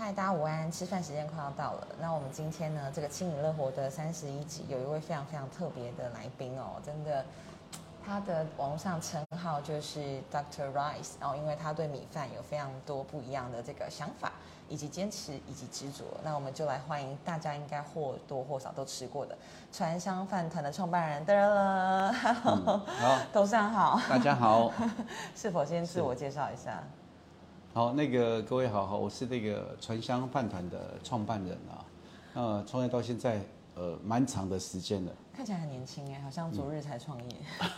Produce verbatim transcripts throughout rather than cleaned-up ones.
嗨，大家午安！吃饭时间快要到了。那我们今天呢，这个轻盈乐活的三十一集，有一位非常非常特别的来宾哦，真的，他的网络上称号就是 Doctor Rice， 然后因为他对米饭有非常多不一样的这个想法，以及坚持，以及执着。那我们就来欢迎大家应该或多或少都吃过的传香饭团的创办人的了。Hello，、嗯、好，董事长好， 大家好。 是否先自我介绍一下？ 好，那个各位好，好，我是那个传香饭团的创办人啊，呃，创业到现在呃蛮长的时间了。 看起来很年轻哎，好像昨日才创业。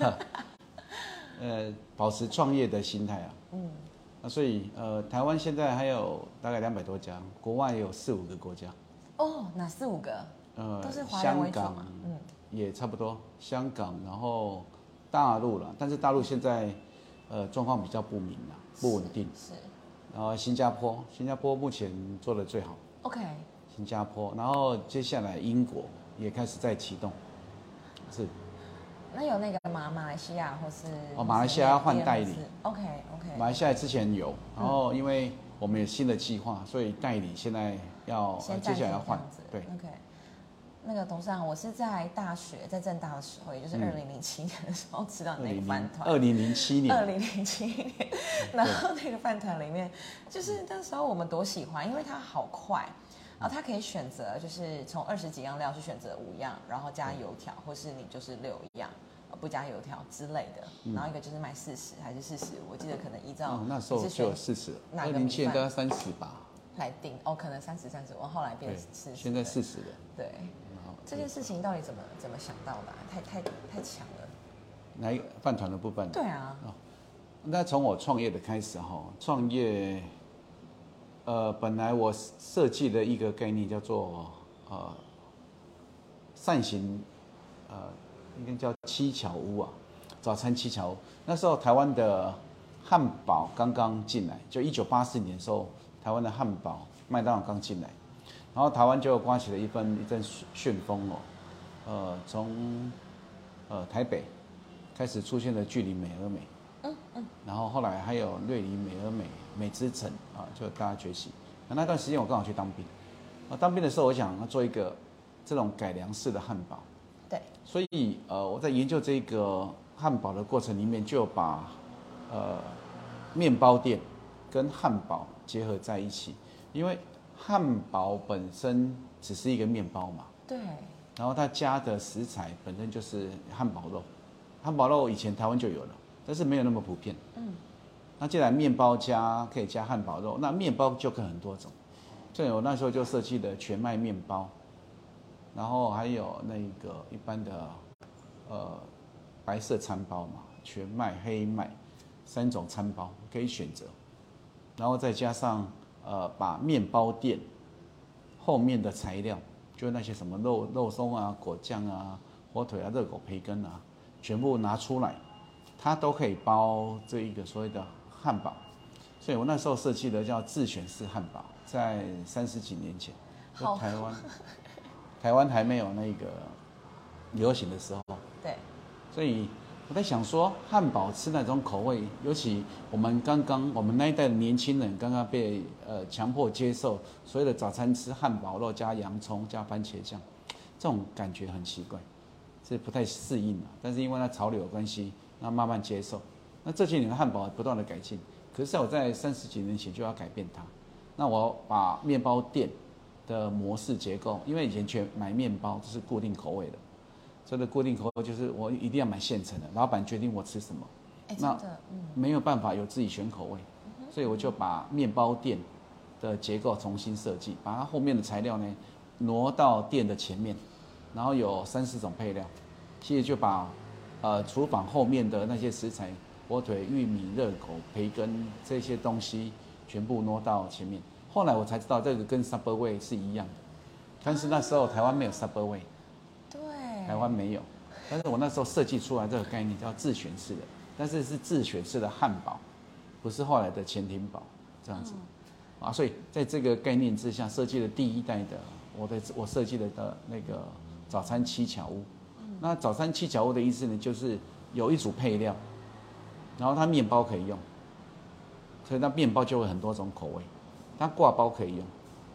呃，保持创业的心态啊。嗯。那所以呃，台湾现在还有大概两百多家，国外也有四五个国家。 哦，哪四五个？呃，都是华人为主嘛。嗯。 也差不多，香港，然后大陆了，但是大陆现在呃状况比较不明啦，不稳定。是。是然后新加坡，新加坡目前做的最好。 OK。 新加坡，然后接下来英国也开始在启动。是。 那有那个马马来西亚或是？ 哦，马来西亚要换代理。 OK OK。 马来西亚之前有，然后因为我们有新的计划，所以代理现在要接下来要换。对。 OK。那个董事长，我是在大学在政大的时候，也就是二零零七年的时候吃到那个饭团。 二零零七年。 二零零七年，然后那个饭团里面，就是那时候我们多喜欢，因为它好快，然后它可以选择，就是从二十几样料去选择五样，然后加油条，或是你就是六样，不加油条之类的。然后一个就是卖四十还是四十，我记得可能依照、 哦、那时候就有四十，二零零七年大概三十吧。 来定哦，可能三十三十，我后来变四十， 现在四十了。 对。这件事情到底怎么怎么想到的、啊？太太太强了。 哪一个饭团的部分？ 对啊。哦， 那从我创业的开始哈，创业，呃，本来我设计的一个概念叫做呃扇形，呃，应该叫七巧屋啊，早餐七巧屋。那时候台湾的汉堡刚刚进来，就一九八四年的时候，台湾的汉堡麦当劳刚进来。然后台湾就刮起了一阵一阵旋风哦，呃，从呃台北开始出现了距离美而美，嗯嗯，然后后来还有瑞梨美而美、美之城啊，就大家崛起。那段时间我刚好去当兵，啊，当兵的时候我想要做一个这种改良式的汉堡， 对， 所以呃我在研究这个汉堡的过程里面，就把呃面包店跟汉堡结合在一起，因为汉堡本身只是一个面包嘛， 对。 然后它加的食材本身就是汉堡肉，汉堡肉以前台湾就有了，但是没有那么普遍。嗯。那既然面包加可以加汉堡肉，那面包就可以很多种，所以我那时候就设计了全麦面包，然后还有那个一般的呃白色餐包嘛，全麦、黑麦三种餐包可以选择，然后再加上。呃，把面包店后面的材料，就那些什么肉肉松啊、果酱啊、火腿啊、热狗、培根啊，全部拿出来，它都可以包这一个所谓的汉堡。所以我那时候设计的叫自选式汉堡，在三十几年前，在台湾，台湾还没有那个流行的时候， 对， 所以。我在想说，汉堡吃那种口味，尤其我们刚刚我们那一代的年轻人刚刚被呃强迫接受所谓的早餐吃汉堡肉加洋葱加番茄酱，这种感觉很奇怪，是不太适应的。但是因为那潮流有关系，那慢慢接受。那这些年的汉堡不断的改进，可是我在三十几年前就要改变它。那我把面包店的模式结构，因为以前全买面包都是固定口味的。所以的固定口味就是我一定要买现成的，老板决定我吃什么， 欸、那没有办法有自己选口味，嗯、所以我就把面包店的结构重新设计，把它后面的材料呢挪到店的前面，然后有三四种配料，其实就把呃厨房后面的那些食材，火腿、玉米、热狗、培根这些东西全部挪到前面。后来我才知道这个跟 Subway 是一样的，但是那时候台湾没有 Subway。台湾没有，但是我那时候设计出来这个概念叫自选式的，但是是自选式的汉堡，不是后来的潜艇堡这样子，嗯、啊，所以在这个概念之下设计了第一代的我的我设计的的那个早餐七巧屋。嗯、那早餐七巧屋的意思呢，就是有一组配料，然后它面包可以用，所以那面包就会很多种口味，它挂包可以用，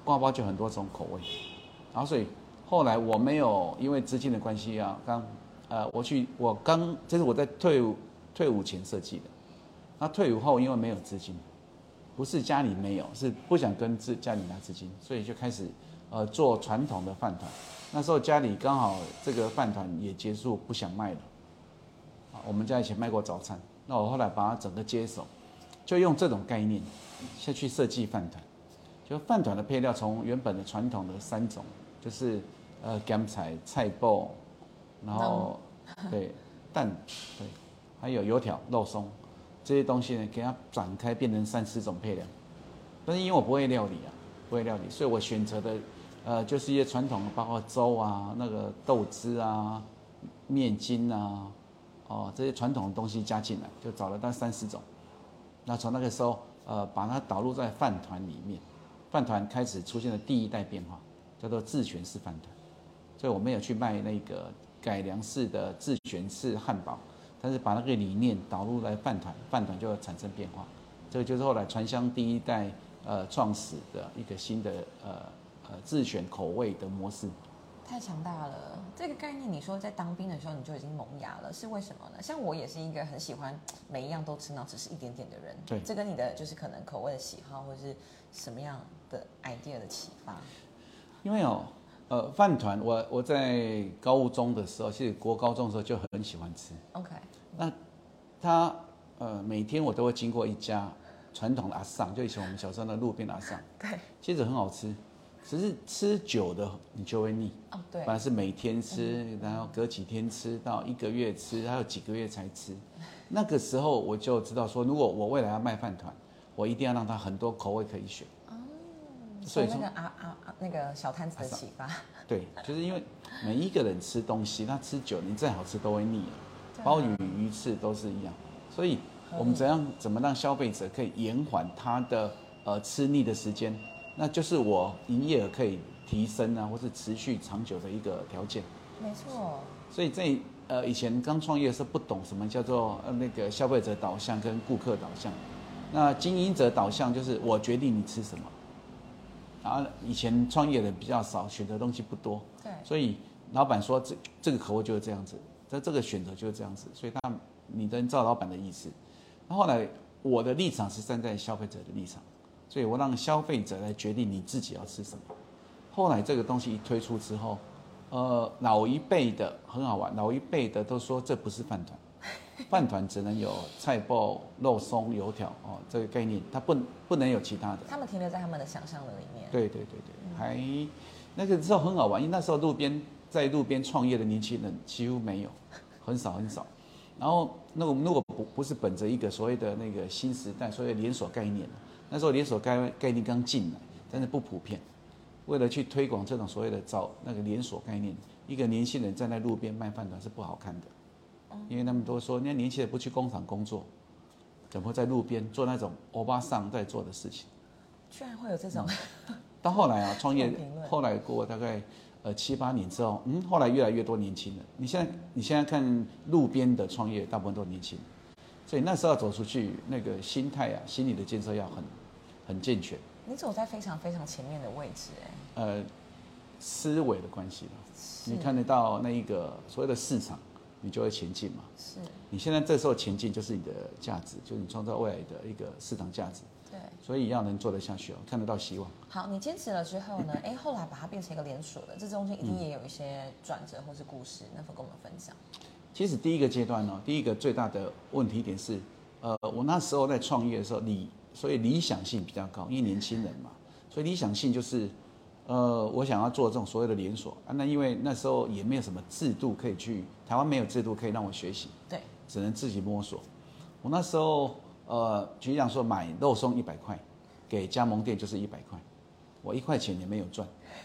挂包就很多种口味，然后所以后来我没有因为资金的关系啊，刚呃我去我刚这是我在退伍退伍前设计的，那退伍后因为没有资金，不是家里没有，是不想跟自家里拿资金，所以就开始呃做传统的饭团。那时候家里刚好这个饭团也结束，不想卖了。啊，我们家以前卖过早餐，那我后来把它整个接手，就用这种概念下去设计饭团。就饭团的配料从原本的传统的三种，就是呃咸菜、菜脯，然后对蛋，对，还有油条、肉松这些东西呢，给它展开变成三四种配料。但是因为我不会料理啊，不会料理，所以我选择的呃就是一些传统的，包括粥啊、那个豆汁啊、面筋啊，哦这些传统的东西加进来，就找了大概三四种。那从那个时候呃把它导入在饭团里面。饭团开始出现了第一代变化，叫做自旋式饭团，所以我没有去卖那个改良式的自旋式汉堡，但是把那个理念导入来饭团，饭团就会产生变化。这个就是后来传香第一代呃创始的一个新的呃呃自选口味的模式。 太强大了！这个概念，你说在当兵的时候你就已经萌芽了，是为什么呢？像我也是一个很喜欢每一样都吃到只是一点点的人。 对， 这跟你的就是可能口味的喜好，或者是什么样的 idea 的启发？ 因为哦，呃，饭团我我在高中的时候，其实国高中的时候就很喜欢吃。 OK， 那他呃每天我都会经过一家传统的阿桑，就以前我们小时候的路边阿桑， 对， 其实很好吃。只是吃久的你就会腻哦，对， 反而是每天吃，嗯、然后隔几天吃到一个月吃，还有几个月才吃。那个时候我就知道说，如果我未来要卖饭团，我一定要让它很多口味可以选。哦， 所以那个啊啊啊那个小摊子的启发。 对，就是因为每一个人吃东西，他吃久，你再好吃都会腻啊。鲍鱼、鱼翅都是一样，所以我们怎样怎么让消费者可以延缓他的呃吃腻的时间？那就是我营业额可以提升啊，或是持续长久的一个条件。 没错。 所以在呃以前刚创业的时候不懂什么叫做呃那个消费者导向跟顾客导向，那经营者导向就是我决定你吃什么。然后以前创业的比较少，选择东西不多， 对， 所以老板说这这个口味就是这样子，这这个选择就是这样子，所以他你能照老板的意思。那后来我的立场是站在消费者的立场。所以我让消费者来决定你自己要吃什么。后来这个东西一推出之后，呃，老一辈的很好玩，老一辈的都说这不是饭团，饭团只能有菜脯、肉松、油条哦，这个概念它不不能有其他的。 他们停留在他们的想象的里面。 对对对对，还那个时候很好玩，因为那时候路边在路边创业的年轻人几乎没有，很少很少。然后那个如果不不是本着一个所谓的那个新时代所谓的连锁概念。那时候连锁概概念刚进来，但是不普遍。为了去推广这种所谓的找那个连锁概念，一个年轻人站在路边卖饭团是不好看的，因为他们都说，人家年轻人不去工厂工作，怎么会在路边做那种欧巴桑在做的事情？ 居然会有这种。 到后来啊，创业后来过大概呃七八年之后，嗯，后来越来越多年轻人。你现在你现在看路边的创业，大部分都是年轻人。所以那时候要走出去，那个心态啊，心理的建设要很很健全。 你走在非常非常前面的位置，哎。 呃，思维的关系了。你看得到那一个所谓的市场，你就会前进嘛。 是。 你现在这时候前进，就是你的价值，就是你创造未来的一个市场价值。 对。所以要能做得下去哦，看得到希望。 好，你坚持了之后呢？哎，后来把它变成一个连锁的，这中间一定也有一些转折或是故事，能否跟我们分享？ 其实第一个阶段呢，第一个最大的问题点是，呃，我那时候在创业的时候，理所以理想性比较高，因为年轻人嘛，所以理想性就是，呃，我想要做这种所谓的连锁啊。那因为那时候也没有什么制度可以去，台湾没有制度可以让我学习， 对， 只能自己摸索。我那时候，呃，举例讲说买肉松一百块，给加盟店就是一百块，我一块钱也没有赚，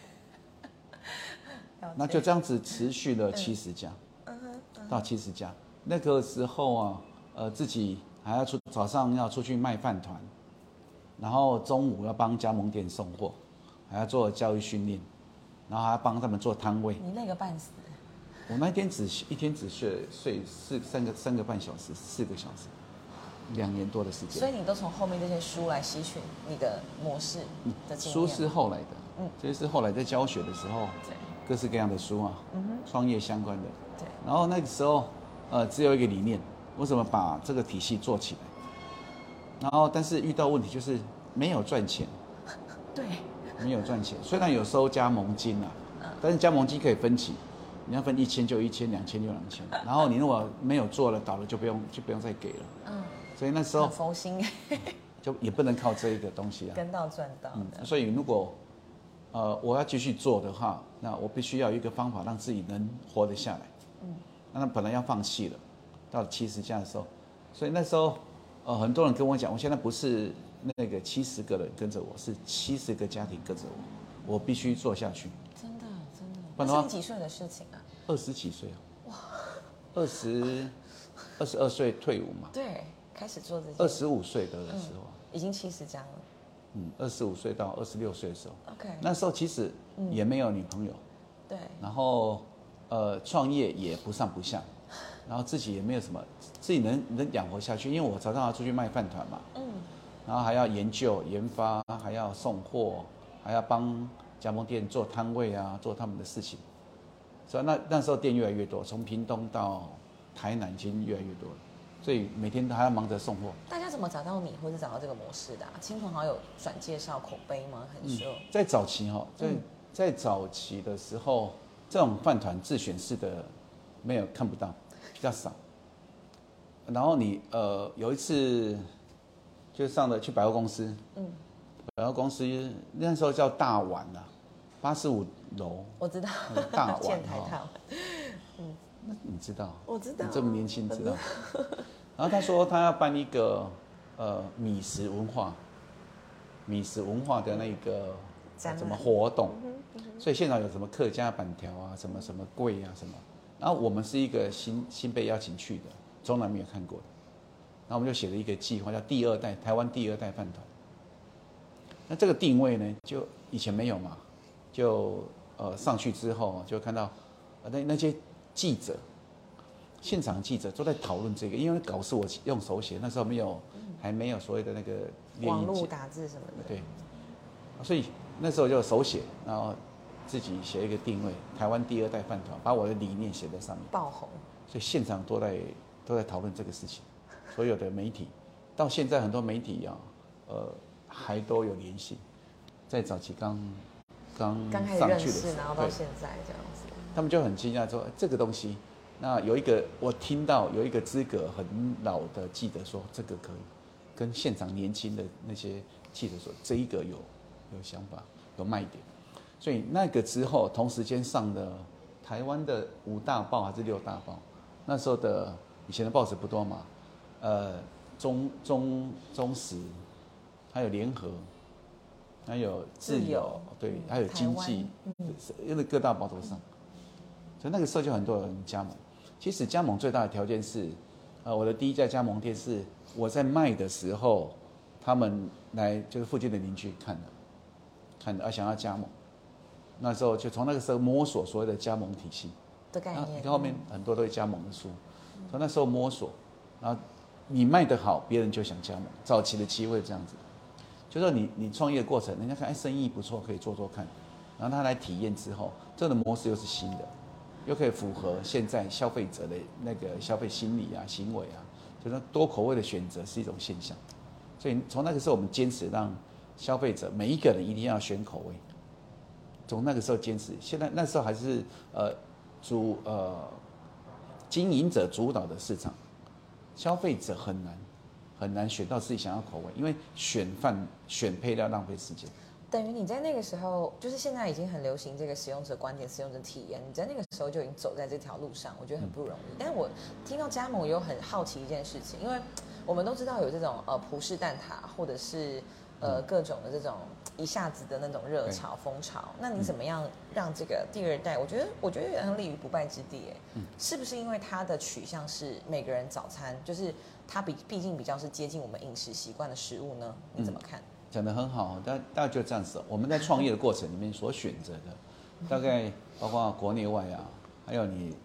那就这样子持续了七十家。到七十家，那个时候啊，呃，自己还要出早上要出去卖饭团，然后中午要帮加盟店送货，还要做教育训练，然后还要帮他们做摊位。 你累个半死。 我那天只一天只睡睡四三个三个半小时，四个小时。 两年多的时间。 所以你都从后面这些书来吸取你的模式的经验。 书是后来的，嗯，这是后来在教学的时候， 对， 各式各样的书啊，嗯哼，创业相关的， 对。 然后那个时候，呃，只有一个理念，为什么把这个体系做起来？然后，但是遇到问题就是没有赚钱， 对， 没有赚钱。虽然有收加盟金啊，嗯，但是加盟金可以分期，你要分一千就一千，两千就两千。然后你如果没有做了，倒了就不用就不用再给了。嗯，所以那时候很佛心， 就也不能靠这一个东西啊， 跟到赚到的。 嗯，所以如果呃我要继续做的话，那我必须要有一个方法让自己能活得下来。嗯，那本来要放弃了，到了七十家的时候，所以那时候。呃，很多人跟我讲，我现在不是那个七十个人跟着我，是七十个家庭跟着我，我必须做下去。 真的，真的。那是你几岁的事情啊？ 二十几岁啊。哇。二十，二十二岁退伍嘛。 对，开始做这件。 二十五岁的时候、嗯， 已经七十家了。 嗯，二十五岁到二十六岁的时候 ，OK， 那时候其实也没有女朋友。嗯、 对。 然后，呃，创业也不上不下。然后自己也没有什么，自己能能养活下去，因为我早上要出去卖饭团嘛，嗯，然后还要研究研发，还要送货，还要帮加盟店做摊位啊，做他们的事情，所以那那时候店越来越多，从屏东到台南已经越来越多了，所以每天都还要忙着送货。 大家怎么找到你，或者找到这个模式的、啊？亲朋好友转介绍口碑吗？还是说、嗯、 在早期哈，在、嗯、在早期的时候，这种饭团自选式的没有看不到。比较少，然后你呃有一次就上了去百货公司，嗯，百货公司那时候叫大碗啊，八十五楼， 我知道， 大碗建台套， 嗯，那你知道？ 我知道， 你这么年轻知道？然后他说他要办一个呃米食文化，米食文化的那个什么活动，所以现场有什么客家板条啊，什么什么柜啊什么。然后我们是一个新新被邀请去的，从来没有看过的。然后我们就写了一个计划，叫第二代台湾第二代饭团。那这个定位呢，就以前没有嘛，就呃上去之后就看到，呃那那些记者，现场记者都在讨论这个，因为稿是我用手写，那时候没有，还没有所谓的那个网络打字什么的。 对，所以那时候就手写，然后。自己写一个定位，台湾第二代饭团，把我的理念写在上面， 爆红。 所以现场都在都在讨论这个事情，所有的媒体，到现在很多媒体啊，呃，还都有联系，在早期刚刚上去的时候， 然后到现在这样子， 他们就很惊讶说这个东西，那有一个我听到有一个资格很老的记者说这个可以，跟现场年轻的那些记者说这一个有有想法有卖点。所以那个之后，同时间上的台湾的五大报还是六大报，那时候的以前的报纸不多嘛，呃，中中中时，还有联合，还有自由，对，还有经济，因为各大报都上，所以那个时候就很多人加盟。其实加盟最大的条件是，呃，我的第一家加盟店是我在卖的时候，他们来就是附近的邻居看的，看的啊想要加盟。那时候就从那个时候摸索所谓的加盟体系的概念， 你看后面很多都是加盟的书，从那时候摸索，然后你卖得好，别人就想加盟。早期的机会这样子，就说你你创业的过程，人家看哎生意不错，可以做做看，然后他来体验之后，这个模式又是新的，又可以符合现在消费者的那个消费心理啊、行为啊，就是多口味的选择是一种现象。所以从那个时候，我们坚持让消费者每一个人一定要选口味。从那个时候坚持，现在那时候还是呃主呃经营者主导的市场，消费者很难很难选到自己想要口味，因为选饭选配料浪费时间。 等于你在那个时候，就是现在已经很流行这个使用者观点、使用者体验，你在那个时候就已经走在这条路上，我觉得很不容易。嗯、但是我听到加盟，我又很好奇一件事情，因为我们都知道有这种呃葡式蛋挞，或者是呃各种的这种一下子的那种热潮风潮，那你怎么样让这个第二代？我觉得我觉得有点立于不败之地，哎，嗯，是不是因为它的取向是每个人早餐，就是它比毕竟比较是接近我们饮食习惯的食物呢？你怎么看？ 嗯讲得很好，大大概就这样子。我们在创业的过程里面所选择的，大概包括国内外啊，还有你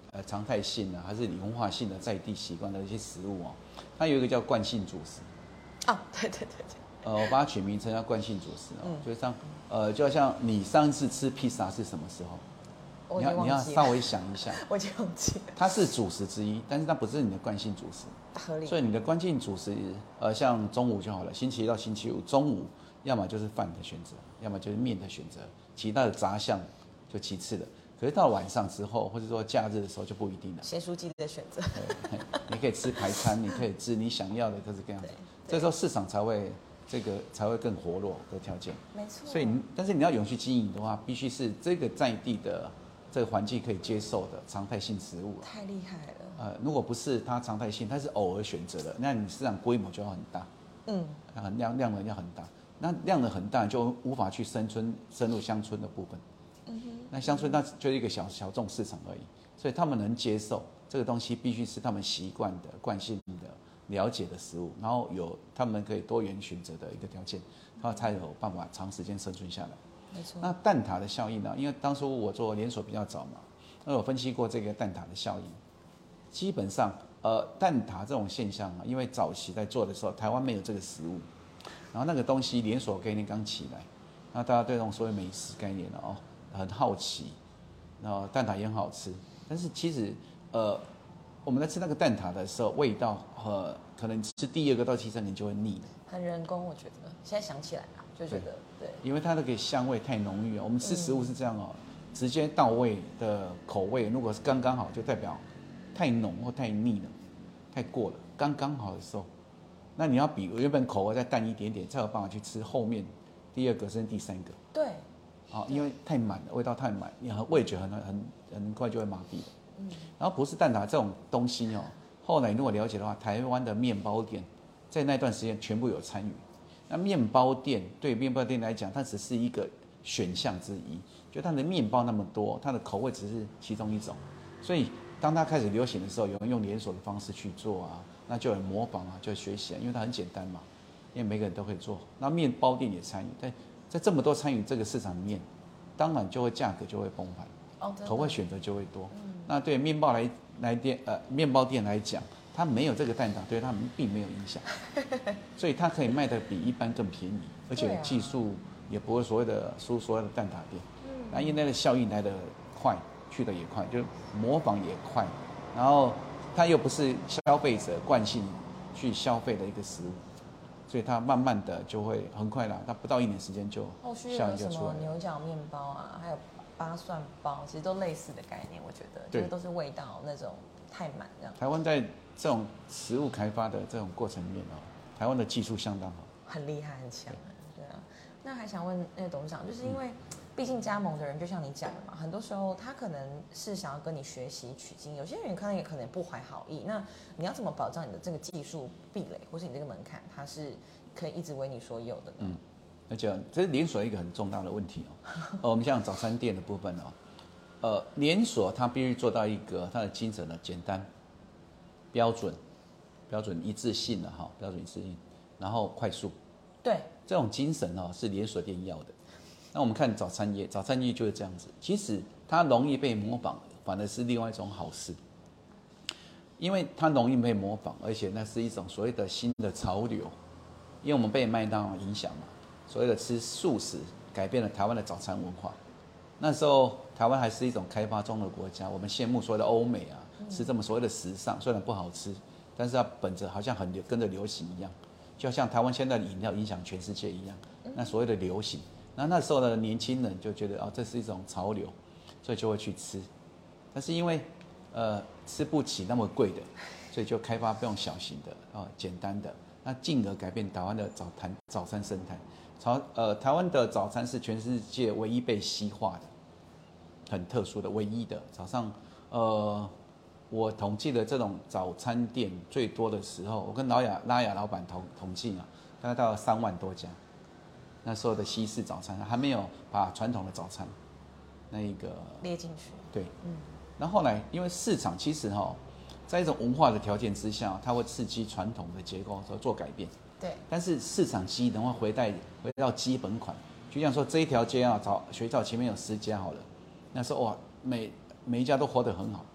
呃常态性的，还是你文化性的在地习惯的一些食物哦，它有一个叫惯性主食。 哦，对对对对。 呃，我把它取名称叫惯性主食哦，嗯、就是像呃，就像你上一次吃披萨是什么时候？你要你要稍微想一下， 我已经忘记了。 它是主食之一，但是它不是你的惯性主食。 合理。 所以你的惯性主食，呃，像中午就好了，星期一到星期五中午，要么就是饭的选择，要么就是面的选择，其他的杂项就其次的。可是到晚上之后，或者说假日的时候就不一定了。 咸酥鸡的选择。 对，你可以吃排餐，你可以吃你想要的各式各样的。这时候市场才会这个才会更活络的条件。 没错。 所以你，但是你要永续经营的话，必须是这个在地的。这个环境可以接受的常态性食物， 太厉害了。 呃，如果不是它常态性，它是偶尔选择的，那你市场规模就要很大，嗯，很量量能要很大，那量能很大就无法去生存深入乡村的部分，嗯哼，那乡村那就是一个小小众市场而已，所以他们能接受这个东西，必须是他们习惯的、惯性的、了解的食物，然后有他们可以多元选择的一个条件，它才有办法长时间生存下来。 没错。 那蛋挞的效应呢？因为当初我做连锁比较早嘛，那我分析过这个蛋挞的效应。基本上，呃，蛋挞这种现象啊，因为早期在做的时候，台湾没有这个食物，然后那个东西连锁概念刚起来，那大家对这种所谓美食概念哦很好奇，然后蛋挞也很好吃，但是其实呃我们在吃那个蛋挞的时候，味道呃可能吃第二个到第三年就会腻了。 很人工，我觉得现在想起来啊，就觉得 对, 对， 因为它那个香味太浓郁了。我们吃食物是这样哦，嗯、直接到位的口味，如果是刚刚好，就代表太浓或太腻了，太过了，刚刚好的时候，那你要比原本口味再淡一点点，才有办法去吃后面第二个甚至第三个。 对， 啊、哦，因为太满了，味道太满，你很味觉很很很快就会麻痹的。嗯，然后不是蛋挞这种东西哦，后来如果了解的话，台湾的面包店在那段时间全部有参与。那面包店对面包店来讲，它只是一个选项之一，就它的面包那么多，它的口味只是其中一种。所以当它开始流行的时候，有人用连锁的方式去做啊，那就有人模仿啊，就学习啊，因为它很简单嘛，因为每个人都可以做。那面包店也参与，在在这么多参与这个市场里面，当然就会价格就会崩盘，哦，口味选择就会多。嗯、那对面包来来店呃面包店来讲，它没有这个蛋挞，对他们并没有影响，所以它可以卖得比一般更便宜，而且技术也不会所谓的输所谓的蛋挞店。嗯，那因为那个效应来得快，去得也快，就模仿也快，然后它又不是消费者惯性去消费的一个食物，所以它慢慢的就会很快啦，它不到一年时间就效应就出来了。后续有什么牛角面包啊，还有八蒜包，其实都类似的概念，我觉得就是都是味道那种太满这样。 台湾在这种食物开发的这种过程里面哦，台湾的技术相当好， 很厉害很强，对啊。那还想问那个董事长，就是因为毕竟加盟的人就像你讲的嘛，很多时候他可能是想要跟你学习取经，有些人可能也可能不怀好意。那你要怎么保障你的这个技术壁垒，或是你这个门槛，它是可以一直为你所有的呢？嗯， 而且这是连锁一个很重大的问题哦。呃，我们像早餐店的部分哦，呃，连锁它必须做到一个它的精神的简单。标准、标准一致性的哈，标准一致性，然后快速， 对， 这种精神哦是连锁店要的。那我们看早餐业，早餐业就是这样子，其实它容易被模仿，反而是另外一种好事，因为它容易被模仿，而且那是一种所谓的新的潮流，因为我们被麦当劳影响嘛，所谓的吃素食改变了台湾的早餐文化。那时候台湾还是一种开发中的国家，我们羡慕所谓的欧美啊。吃这么所谓的时尚，虽然不好吃，但是它本质好像很跟着流行一样，就像台湾现在的饮料影响全世界一样。那所谓的流行，那那时候的年轻人就觉得哦，这是一种潮流，所以就会去吃。但是因为呃吃不起那么贵的，所以就开发这种小型的啊、呃、简单的，那进而改变台湾的早餐早餐生态。早呃台湾的早餐是全世界唯一被西化的，很特殊的唯一的早上呃。我统计的这种早餐店最多的时候，我跟老雅拉雅老板统统计啊，大概到三万多家。那时候的西式早餐还没有把传统的早餐那一个列进去。 对，嗯。然后后来因为市场其实哈、哦，在一种文化的条件之下，它会刺激传统的结构做改变。 对。 但是市场机能会回带回到基本款，就像说这一条街啊，早学校前面有十家好了，那时候哇，每每一家都活得很好。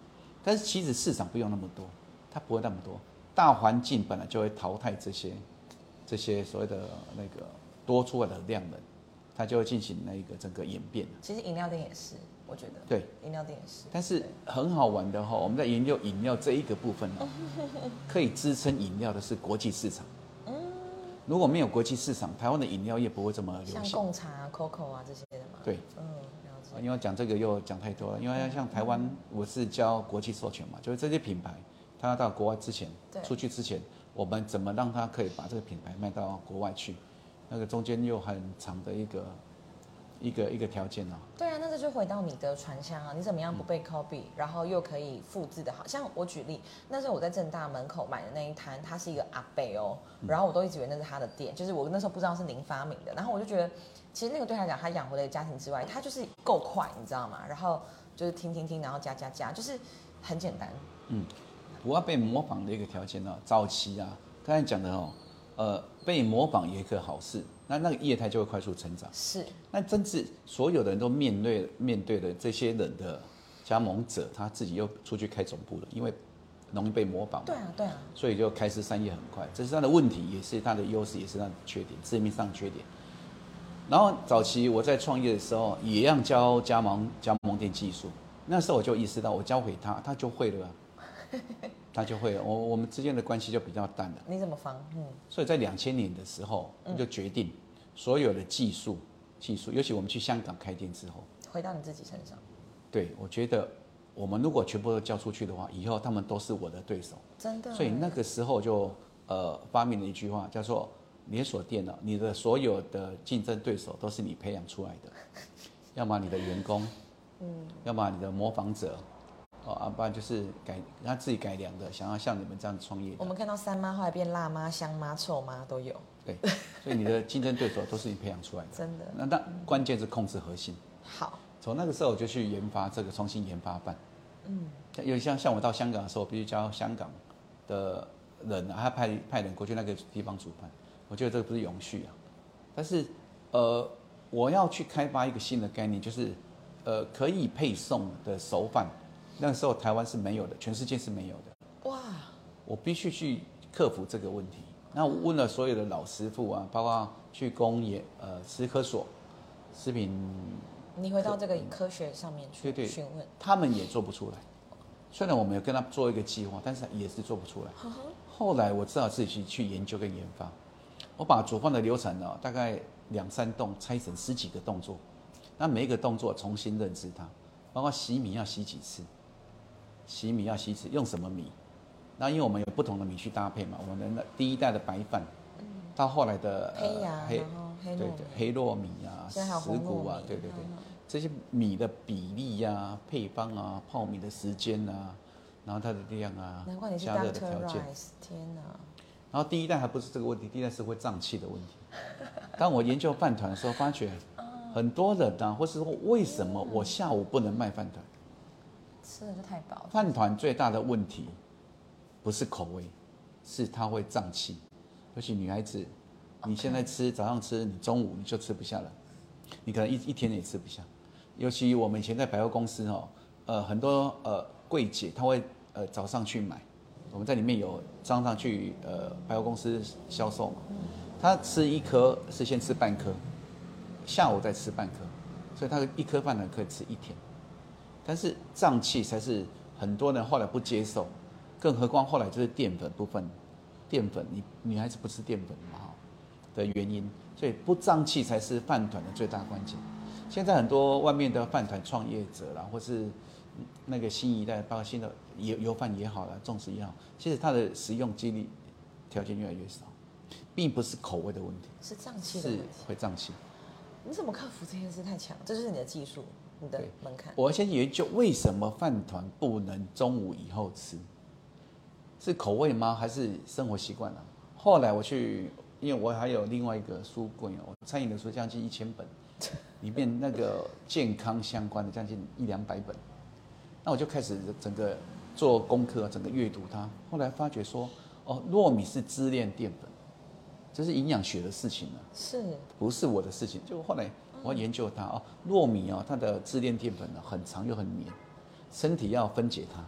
但是其实市场不用那么多，它不会那么多，大环境本来就会淘汰这些这些所谓的那个多出来的量能，它就会进行那个整个演变。 其实饮料店也是，我觉得对， 饮料店也是。 但是很好玩的哈，我们在研究饮料这一个部分哦，可以支撑饮料的是国际市场。嗯，如果没有国际市场，台湾的饮料业不会这么流行。 像贡茶、啊、C O C O 啊这些的嘛。 对， 嗯，了解。 因为讲这个又讲太多了，因为像台湾，我是教国际授权嘛，就是这些品牌，它要到国外之前，出去之前，我们怎么让它可以把这个品牌卖到国外去？那个中间又很长的一个一个一个条件啊。 对啊，那这就回到你的传香啊，你怎么样不被 copy，、嗯、然后又可以复制的好？像我举例，那时候我在正大门口买的那一摊，它是一个阿伯哦，然后我都一直以为那是他的店，就是我那时候不知道是您发明的，然后我就觉得，其实那个对他讲，他养活了家庭之外，他就是够快，你知道吗？然后就是听听听，然后加加加，就是很简单。 嗯，我要被模仿的一个条件呢，早期啊，刚才讲的哦，呃，被模仿也一个好事。那那个业态就会快速成长。 是。 那真是所有的人都面对面对的这些人的加盟者，他自己又出去开总部了，因为容易被模仿嘛。 对啊，对啊。 所以就开枝散叶很快，这是他的问题，也是他的优势，也是他的缺点，致命上的缺点。然后早期我在创业的时候，也要教加盟加盟店技术，那时候我就意识到，我教给他，他就会了、啊。他就会了，我我们之间的关系就比较淡了。 你怎么防？嗯， 所以在两千年的时候，我们就决定所有的技术，技术，尤其我们去香港开店之后， 回到你自己身上。 对，我觉得我们如果全部都交出去的话，以后他们都是我的对手。 真的。 所以那个时候就呃发明了一句话，叫做连锁店呢，你的所有的竞争对手都是你培养出来的，要么你的员工，嗯，要么你的模仿者。哦，啊，不然就是改他自己改良的，想要像你们这样创业的。 我们看到三妈后来变辣妈、香妈、臭妈都有。 对，所以你的竞争对手都是你培养出来的。 真的。 那那关键是控制核心。 好。 从那个时候我就去研发这个，重新研发办。嗯。有像像我到香港的时候，我必须教香港的人啊，他派派人过去那个地方主办，我觉得这个不是永续啊。但是呃，我要去开发一个新的概念，就是呃可以配送的熟饭。那个时候台湾是没有的，全世界是没有的。哇！我必须去克服这个问题。那我问了所有的老师傅啊，包括去工业呃食科所、食品， 你回到这个科学上面去询问， 他们也做不出来。虽然我们有跟他做一个计划，但是也是做不出来。后来我只好自己去去研究跟研发。我把煮饭的流程呢，大概两三栋拆成十几个动作，那每一个动作重新认知它，包括洗米要洗几次。洗米要洗次用什么米？那因为我们有不同的米去搭配嘛，我们的第一代的白饭，嗯、到后来的黑芽、 黑黑对对黑糯米啊、石谷啊，对对对，嗯、这些米的比例呀、啊、配方啊、泡米的时间啊，然后它的量啊， 难怪你是加热的条件， 天哪！ 然后第一代还不是这个问题，第一代是会胀气的问题。当我研究饭团的时候，发觉很多人啊，或是说为什么我下午不能卖饭团？ 吃的就太饱。 饭团最大的问题不是口味，是它会胀气。尤其女孩子，你现在吃早上吃，你中午你就吃不下了，你可能一一天也吃不下。尤其我们以前在百货公司哦，呃，很多呃柜姐她会呃早上去买，我们在里面有装上去呃百货公司销售嘛，她吃一颗是先吃半颗，下午再吃半颗，所以她一颗饭团可以吃一天。但是胀气才是很多人后来不接受，更何况后来就是淀粉部分，淀粉你女孩子不吃淀粉嘛的原因，所以不胀气才是饭团的最大关键。现在很多外面的饭团创业者啦，或是那个新一代，包括新的油油饭也好啦，粽子也好，其实它的食用几率条件越来越少，并不是口味的问题， 是胀气的问题， 是会胀气。 你怎么克服这件事？太强，这就是你的技术。你的门槛。 我先研究为什么饭团不能中午以后吃，是口味吗？还是生活习惯啊？后来我去，因为我还有另外一个书柜哦，餐饮的书将近一千本，里面那个健康相关的将近一两百本，那我就开始整个做功课，整个阅读它。后来发觉说，哦，糯米是支链淀粉，这是营养学的事情了， 是不是我的事情？就后来。我要研究它哦，糯米哦，它的支链淀粉呢很长又很黏，身体要分解它，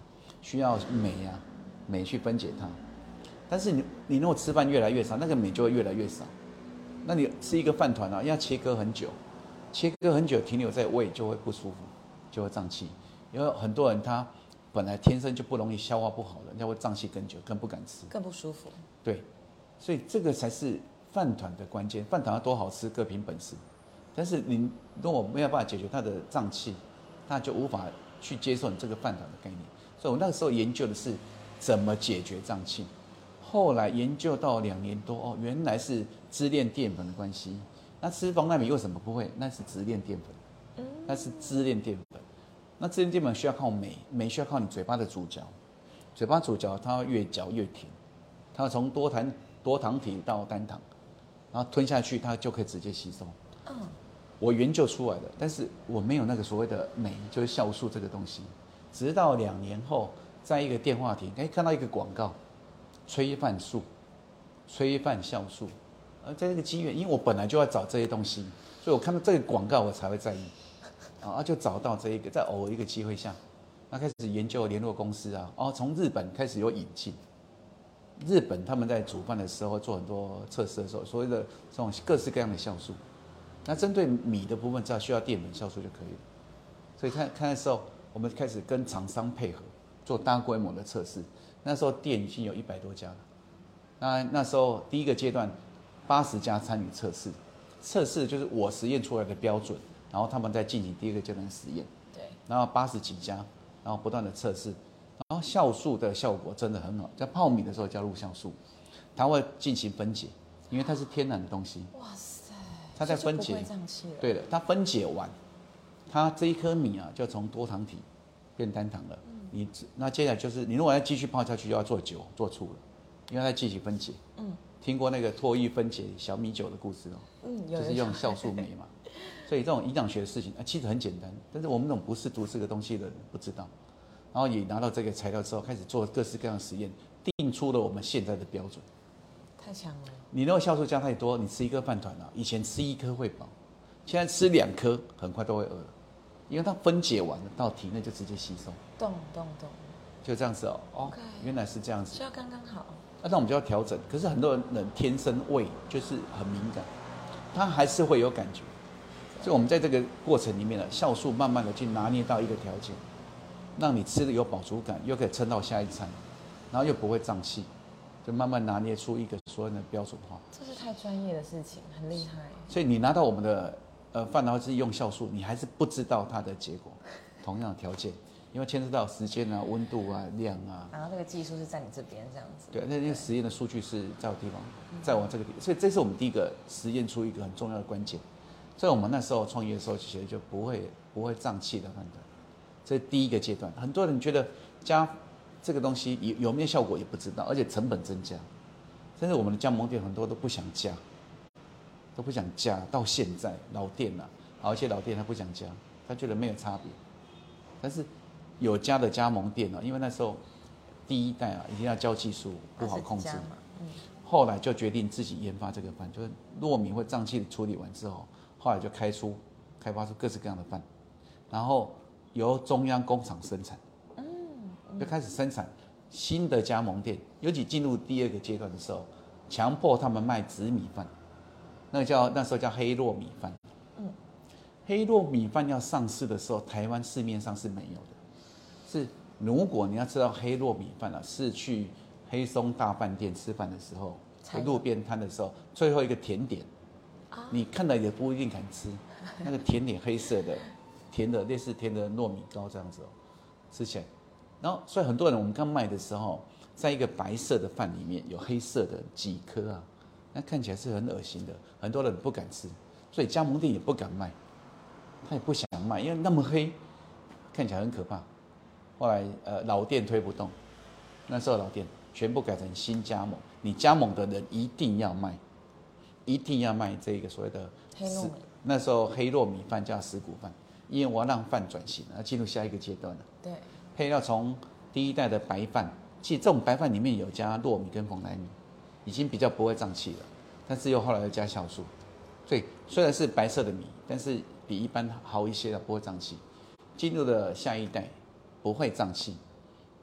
需要镁啊，镁去分解它。但是你你如果吃饭越来越少，那个镁就会越来越少。那你吃一个饭团啊，要切割很久，切割很久停留在胃就会不舒服，就会胀气。因为很多人他本来天生就不容易消化不好的，人家会胀气更久，更不敢吃， 更不舒服。 对，所以这个才是饭团的关键。饭团要多好吃，各凭本事。但是你如果没有办法解决它的胀气，那就无法去接受你这个饭团的概念。所以我那个时候研究的是怎么解决胀气。后来研究到两年多，哦，原来是支链淀粉的关系。那吃防弹米为什么不会？那是支链淀粉，那是支链淀粉。那支链淀粉需要靠镁，镁需要靠你嘴巴的主嚼，嘴巴主嚼它会越嚼越甜，它会从多糖多糖体到单糖，然后吞下去它就可以直接吸收。嗯，我研究出来的，但是我没有那个所谓的镁，就是酵素这个东西。直到两年后，在一个电话亭，哎，看到一个广告。催饭素、催饭酵素，而在这个机缘，因为我本来就要找这些东西，所以我看到这个广告我才会在意，啊，就找到这一个，在偶尔一个机会下，那开始研究联络公司啊，哦，从日本开始有引进，日本他们在煮饭的时候做很多测试的时候，所谓的这种各式各样的酵素，那针对米的部分，只要需要淀粉酵素就可以了，所以看看的时候，我们开始跟厂商配合做大规模的测试。那时候店已经有一百多家了，那那时候第一个阶段，八十家参与测试，测试就是我实验出来的标准，然后他们再进行第二个阶段实验， 对， 然后八十几家，然后不断的测试，然后酵素的效果真的很好，在泡米的时候加入酵素，它会进行分解，因为它是天然的东西， 哇塞， 它在分解，对的，它分解完，它这一颗米啊就从多糖体变单糖了。你那接下来就是你如果要继续泡下去，就要做酒做醋了，因为它继续分解。嗯，听过那个脱衣分解小米酒的故事哦？嗯，就是用酵素酶嘛。所以这种营养学的事情啊，其实很简单，但是我们这种不是读这个东西的人不知道。然后也拿到这个材料之后，开始做各式各样的实验，定出了我们现在的标准。 太强了！ 你如果酵素加太多，你吃一颗饭团啊，以前吃一颗会饱，现在吃两颗很快都会饿了。因为它分解完了，到体内就直接吸收。 懂懂懂。 就这样子哦，哦， okay, 原来是这样子。 是要刚刚好。 那、啊、那我们就要调整。可是很多人天生胃就是很敏感，他还是会有感觉。所以我们在这个过程里面呢，酵素慢慢的去拿捏到一个条件，让你吃的有饱足感，又可以撑到下一餐，然后又不会胀气，就慢慢拿捏出一个所谓的标准化。 这是太专业的事情，很厉害。 所以你拿到我们的。呃，饭然后是用酵素，你还是不知道它的结果。同样的条件，因为牵涉到时间啊、温度啊、量啊。 然后这个技术是在你这边这样子。 对，那那个实验的数据是在我地方，在我这个地方，所以这是我们第一个实验出一个很重要的关键。所以我们那时候创业的时候，其实就不会不会胀气的饭团，这是第一个阶段。很多人觉得加这个东西有有没有效果也不知道，而且成本增加，甚至我们的加盟店很多都不想加。都不想加，到现在老店啊，而且老店他不想加，他觉得没有差别。但是有加的加盟店啊，因为那时候第一代啊，一定要教技术，不好控制。嗯、后来就决定自己研发这个饭，就是糯米或胀气处理完之后，后来就开出开发出各式各样的饭，然后由中央工厂生产，嗯，就开始生产新的加盟店，尤其进入第二个阶段的时候，强迫他们卖紫米饭。那个叫那时候叫黑糯米饭，嗯，黑糯米饭要上市的时候，台湾市面上是没有的。是如果你要吃到黑糯米饭啊，是去黑松大饭店吃饭的时候，路边摊的时候，最后一个甜点，啊、你看了也不一定敢吃。那个甜点黑色的，甜的类似甜的糯米糕这样子哦，吃起来。然后所以很多人我们刚卖的时候，在一个白色的饭里面有黑色的几颗啊。那看起来是很恶心的，很多人不敢吃，所以加盟店也不敢卖，他也不想卖，因为那么黑，看起来很可怕。后来呃老店推不动，那时候老店全部改成新加盟，你加盟的人一定要卖，一定要卖这个所谓的黑糯米。 那时候黑糯米饭叫石谷饭，因为我要让饭转型，要进入下一个阶段了。 对， 配料从第一代的白饭，其实这种白饭里面有加糯米跟蓬莱米。已经比较不会胀气了，但是又后来又加酵素，所以虽然是白色的米，但是比一般好一些的，不会胀气。进入了下一代，不会胀气，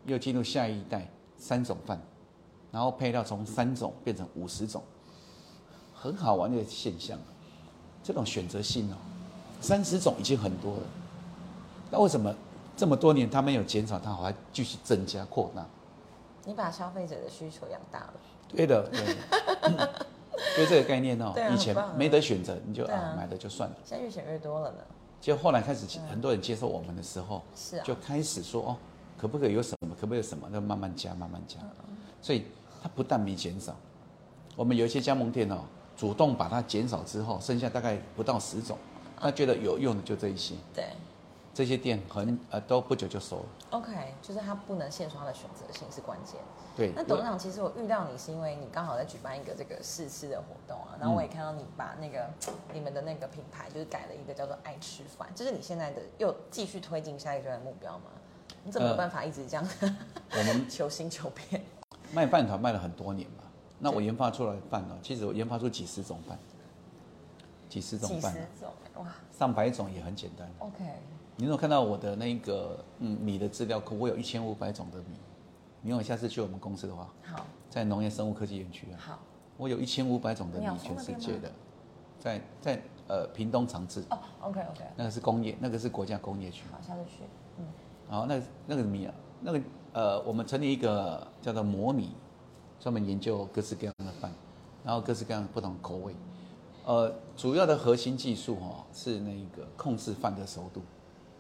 又进入下一代三种饭，然后配料从三种变成五十种，很好玩的现象。这种选择性哦，三十种已经很多了，那为什么这么多年它没有减少，它还继续增加扩大？ 你把消费者的需求养大了。 对的，对的。嗯，所以这个概念哦， 啊、 以前没得选择，你就 啊, 啊买了就算了。 现在越选越多了呢。 就后来开始很多人接受我们的时候， 是啊， 就开始说哦，可不可以有什么，可不可以有什么，就慢慢加，慢慢加。嗯、所以它不但没减少，我们有一些加盟店哦，主动把它减少之后，剩下大概不到十种，那觉得有用的就这一些。 对。 这些店很呃都不久就收了。 OK， 就是它不能限缩它的选择性是关键。 对。 那董事长，其实我遇到你是因为你刚好在举办一个这个试吃的活动啊，然后我也看到你把那个、嗯、你们的那个品牌就是改了一个叫做爱吃饭，这是你现在的又继续推进下一个阶段的目标吗？你怎么有办法一直这样、呃、我们求新求变？ 卖饭团卖了很多年嘛，那我研发出来的饭呢，其实我研发出几十种饭，几十种饭、啊， 几十种哇， 上百种也很简单。 OK。 你有看到我的那个嗯米的资料库，我有一千五百种的米。你如果下次去我们公司的话， 好， 在农业生物科技园区啊， 好， 我有一千五百种的米，全世界的，在在呃屏东长治。 哦 ，OK OK。 那个是工业，那个是国家工业区。 好，下次去。嗯。 好，那那个米啊，那个呃，我们成立一个叫做魔米，专门研究各式各样的饭，然后各式各样不同口味。呃，主要的核心技术哦是那个控制饭的熟度。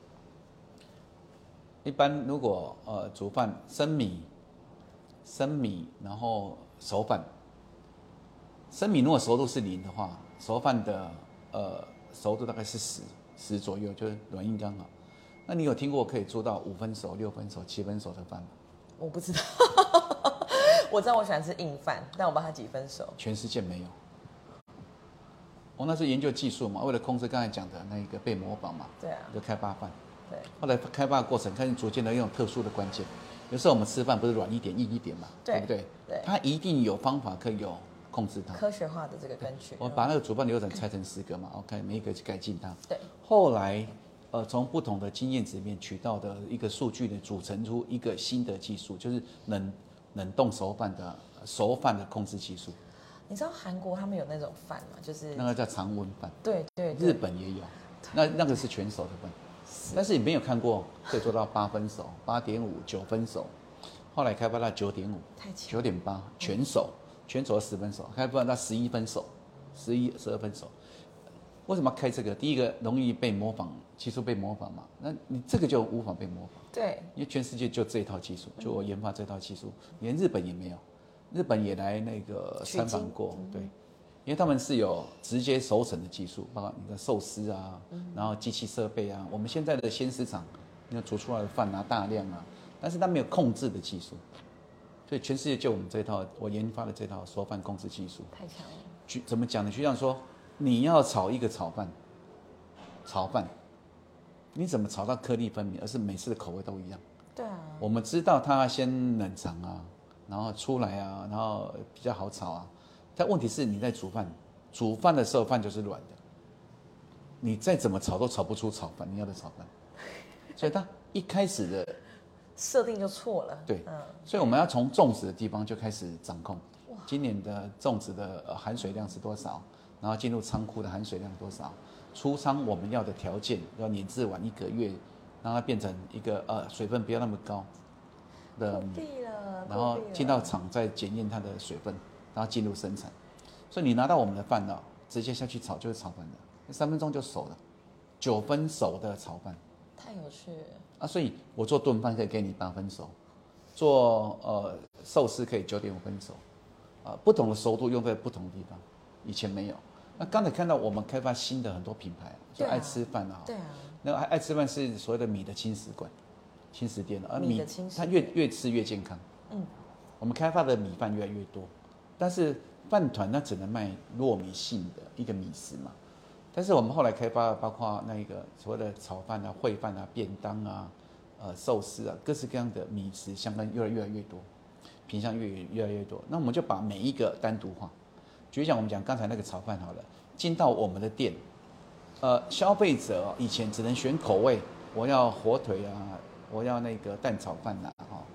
一般如果呃煮饭生米、生米，然后熟饭，生米如果熟度是零的话，熟饭的呃熟度大概是十十左右，就是软硬刚好。那你有听过可以做到五分熟、六分熟、七分熟的饭吗？ 我不知道，我知道我喜欢吃硬饭，但我不知道它几分熟。 全世界没有。我那是研究技术嘛，为了控制刚才讲的那个被模仿嘛， 对啊， 就开发饭。 对， 后来开发的过程，开始逐渐的用特殊的关键。有时候我们吃饭不是软一点、硬一点嘛， 对, 对不对？ 对， 它一定有方法可以有控制它。 科学化的这个根据。 我把那个煮饭流程拆成十个嘛 ，OK， 每一个去改进它。 对。 后来，呃，从不同的经验值里面取到的一个数据呢，组成出一个新的技术，就是冷冷冻熟饭的熟饭的控制技术。 你知道韩国他们有那种饭吗？就是那个叫常温饭。 对 对, 对。日本也有，那那个是全熟的饭。但是你没有看过可以做到八分熟、八点五、九分熟，后来开发到九点五、九点八全熟，全熟十分熟，开发到十一分熟、十一、十二分熟。为什么要开这个？第一个容易被模仿，技术被模仿嘛，那你这个就无法被模仿。 对， 因为全世界就这一套技术，就我研发这套技术，连日本也没有，日本也来那个参访过，对。因为他们是有直接熟成的技术，包括你的寿司啊，然后机器设备啊。我们现在的鲜食厂，你看煮出来的饭啊大量啊，但是它没有控制的技术，所以全世界就我们这一套，我研发的这套熟饭控制技术太强了。 就怎么讲呢？就像说你要炒一个炒饭，炒饭，你怎么炒到颗粒分明，而是每次的口味都一样？ 对啊。我们知道它先冷藏啊，然后出来啊，然后比较好炒啊。但问题是你在煮饭，煮饭的时候饭就是软的，你再怎么炒都炒不出炒饭你要的炒饭，所以它一开始的设定就错了。 对，嗯，所以我们要从种植的地方就开始掌控。今年的种植的含水量是多少？然后进入仓库的含水量多少？出仓我们要的条件要碾制完一个月，让它变成一个呃水分不要那么高的，然后进到厂再检验它的水分。然后进入生产，所以你拿到我们的饭呢，直接下去炒就是炒饭的，三分钟就熟了，九分熟的炒饭， 太有趣了啊！所以我做炖饭可以给你八分熟，做呃寿司可以九点五分熟，啊，不同的熟度用在不同的地方，以前没有。那刚才看到我们开发新的很多品牌，就爱吃饭啊， 对啊， 那爱爱吃饭是所谓的米的轻食馆、轻食店啊， 米的轻食， 它越越吃越健康。嗯，我们开发的米饭越来越多。但是饭团那只能卖糯米性的一个米食嘛，但是我们后来开发包括那个所谓的炒饭啊、烩饭啊、便当啊、呃寿司啊，各式各样的米食相关越来越来越多，品项越越来越多。那我们就把每一个单独化。举例讲，我们讲刚才那个炒饭好了，进到我们的店，呃，消费者以前只能选口味，我要火腿啊，我要那个蛋炒饭啊，哈。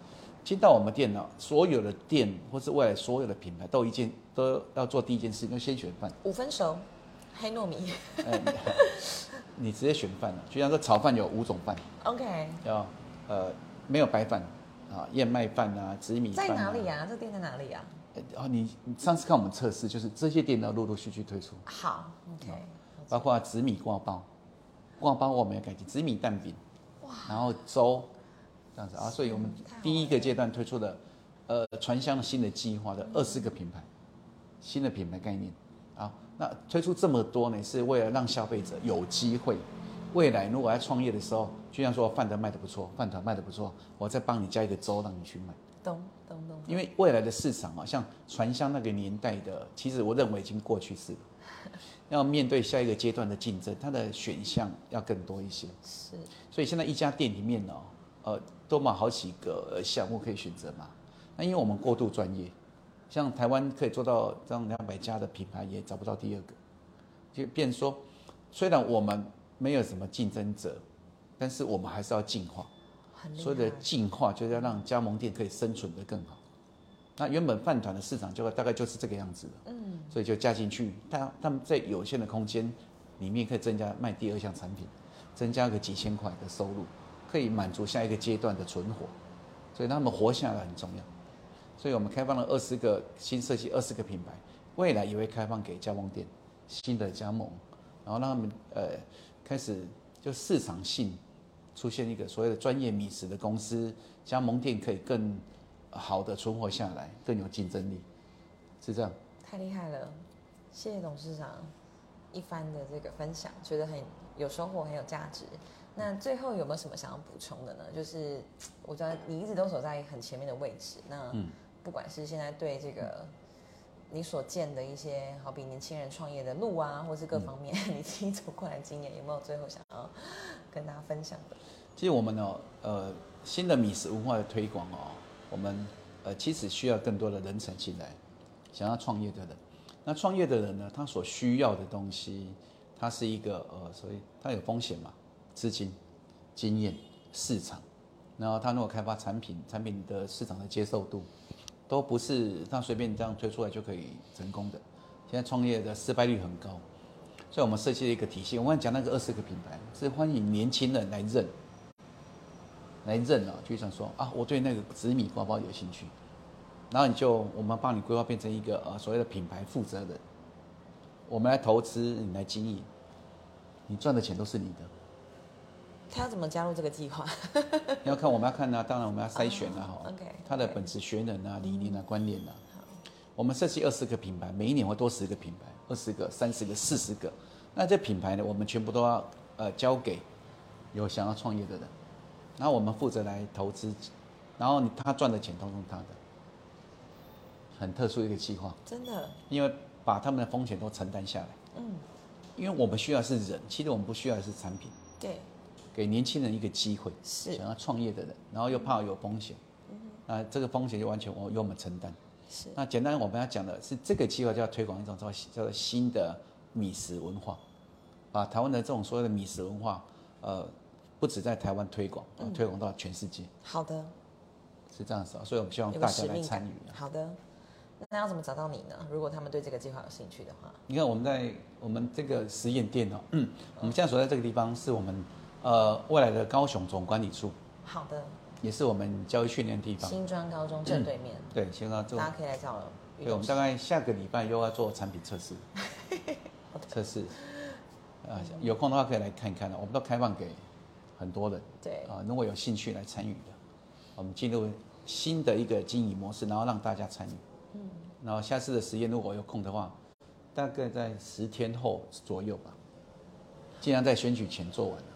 进到我们店呢，所有的店或是未来所有的品牌都一件都要做第一件事，就先选饭。 五分熟，黑糯米。 哎你直接选饭了，就像说炒饭有五种饭 ，OK， 要呃没有白饭啊，燕麦饭啊，紫米饭、啊。 在哪里啊？这店在哪里啊？ 哦，你你上次看我们测试，就是这些店都陆陆续续推出。 好 ，OK， 包括紫米挂包，挂包我们要改进紫米蛋饼，然后粥这样子啊，所以我们第一个阶段推出的呃传香的新的计划的二十个品牌，新的品牌概念啊。那推出这么多呢，是为了让消费者有机会，未来如果要创业的时候，就像说饭团卖得不错，饭团卖得不错，我再帮你加一个粥让你去卖。 懂懂懂。 因为未来的市场啊，像传香那个年代的，其实我认为已经过去式了。要面对下一个阶段的竞争，它的选项要更多一些。 是。 所以现在一家店里面呢、哦，呃，都嘛好几个项目可以选择嘛。那因为我们过度专业。像台湾可以做到这样两百家的品牌，也找不到第二个，就变成说，虽然我们没有什么竞争者，但是我们还是要进化。所谓的进化，就是要让加盟店可以生存得更好。那原本饭团的市场就大概就是这个样子的，嗯，所以就加进去，他他们在有限的空间里面可以增加卖第二项产品，增加个几千块的收入，可以满足下一个阶段的存活，所以他们活下来很重要。所以我们开放了二十个新设计，二十个品牌，未来也会开放给加盟店，新的加盟，然后让他们呃开始就市场性出现一个所谓的专业米食的公司，加盟店可以更好的存活下来，更有竞争力，是这样。 太厉害了，谢谢董事长一番的这个分享，觉得很有收获，很有价值。那最后有没有什么想要补充的呢？就是我觉得你一直都守在很前面的位置，那不管是现在对这个你所见的一些，好比年轻人创业的路啊，或是各方面，嗯、你自己走过来的经验，有没有最后想要跟大家分享的？ 其实我们呢，呃，新的米食文化的推广哦，我们呃其实需要更多的人才进来，想要创业的人。那创业的人呢，他所需要的东西，它是一个呃，所以它有风险嘛，资金、经验、市场，然后他如果开发产品，产品的市场的接受度。都不是他随便这样推出来就可以成功的。现在创业的失败率很高，所以我们设计了一个体系。我刚才讲那个二十个品牌，是欢迎年轻人来认，来认啊，就想说啊，我对那个紫米挂包有兴趣，然后你就我们帮你规划变成一个呃所谓的品牌负责人，我们来投资，你来经营，你赚的钱都是你的。 他要怎么加入这个计划？ 要看我们要看啊，当然我们要筛选啊，哈、 oh, okay, 他的本质学能啊、理念啊、观念啊。我们设计二十个品牌，每一年会多十个品牌，二十个、三十个、四十个。那这品牌呢，我们全部都要呃交给有想要创业的人，然后我们负责来投资，然后他赚的钱都是他的，很特殊一个计划。 真的， 因为把他们的风险都承担下来。嗯，因为我们需要的是人，其实我们不需要的是产品。 对。 给年轻人一个机会， 是想要创业的人，然后又怕有风险，嗯、那这个风险就完全我由我们承担。 是。那简单我们要讲的是，这个计划就要推广一种叫叫做新的米食文化，把台湾的这种所谓的米食文化，呃，不止在台湾推广，嗯、推广到全世界。 好的。 是这样子啊，所以我们希望大家来参与、啊。 好的。那要怎么找到你呢？如果他们对这个计划有兴趣的话， 你看我们在我们这个实验店哦，嗯，我们现在所在这个地方是我们。呃，未来的高雄总管理处， 好的， 也是我们教育训练的地方。 新庄高中正对面， 嗯、对，新庄大家可以来找了。 对，我们大概下个礼拜又要做产品测试，测试，啊、呃，有空的话可以来看看我们都开放给很多人， 对， 啊、呃，如果有兴趣来参与的，我们进入新的一个经营模式，然后让大家参与，嗯，然后下次的实验如果有空的话，大概在十天后左右吧，尽量在选举前做完了。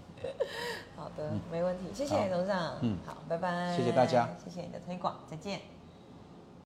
好的，没问题，谢谢董事长。嗯，好，拜拜。 谢谢大家， 谢谢你的推广，再见。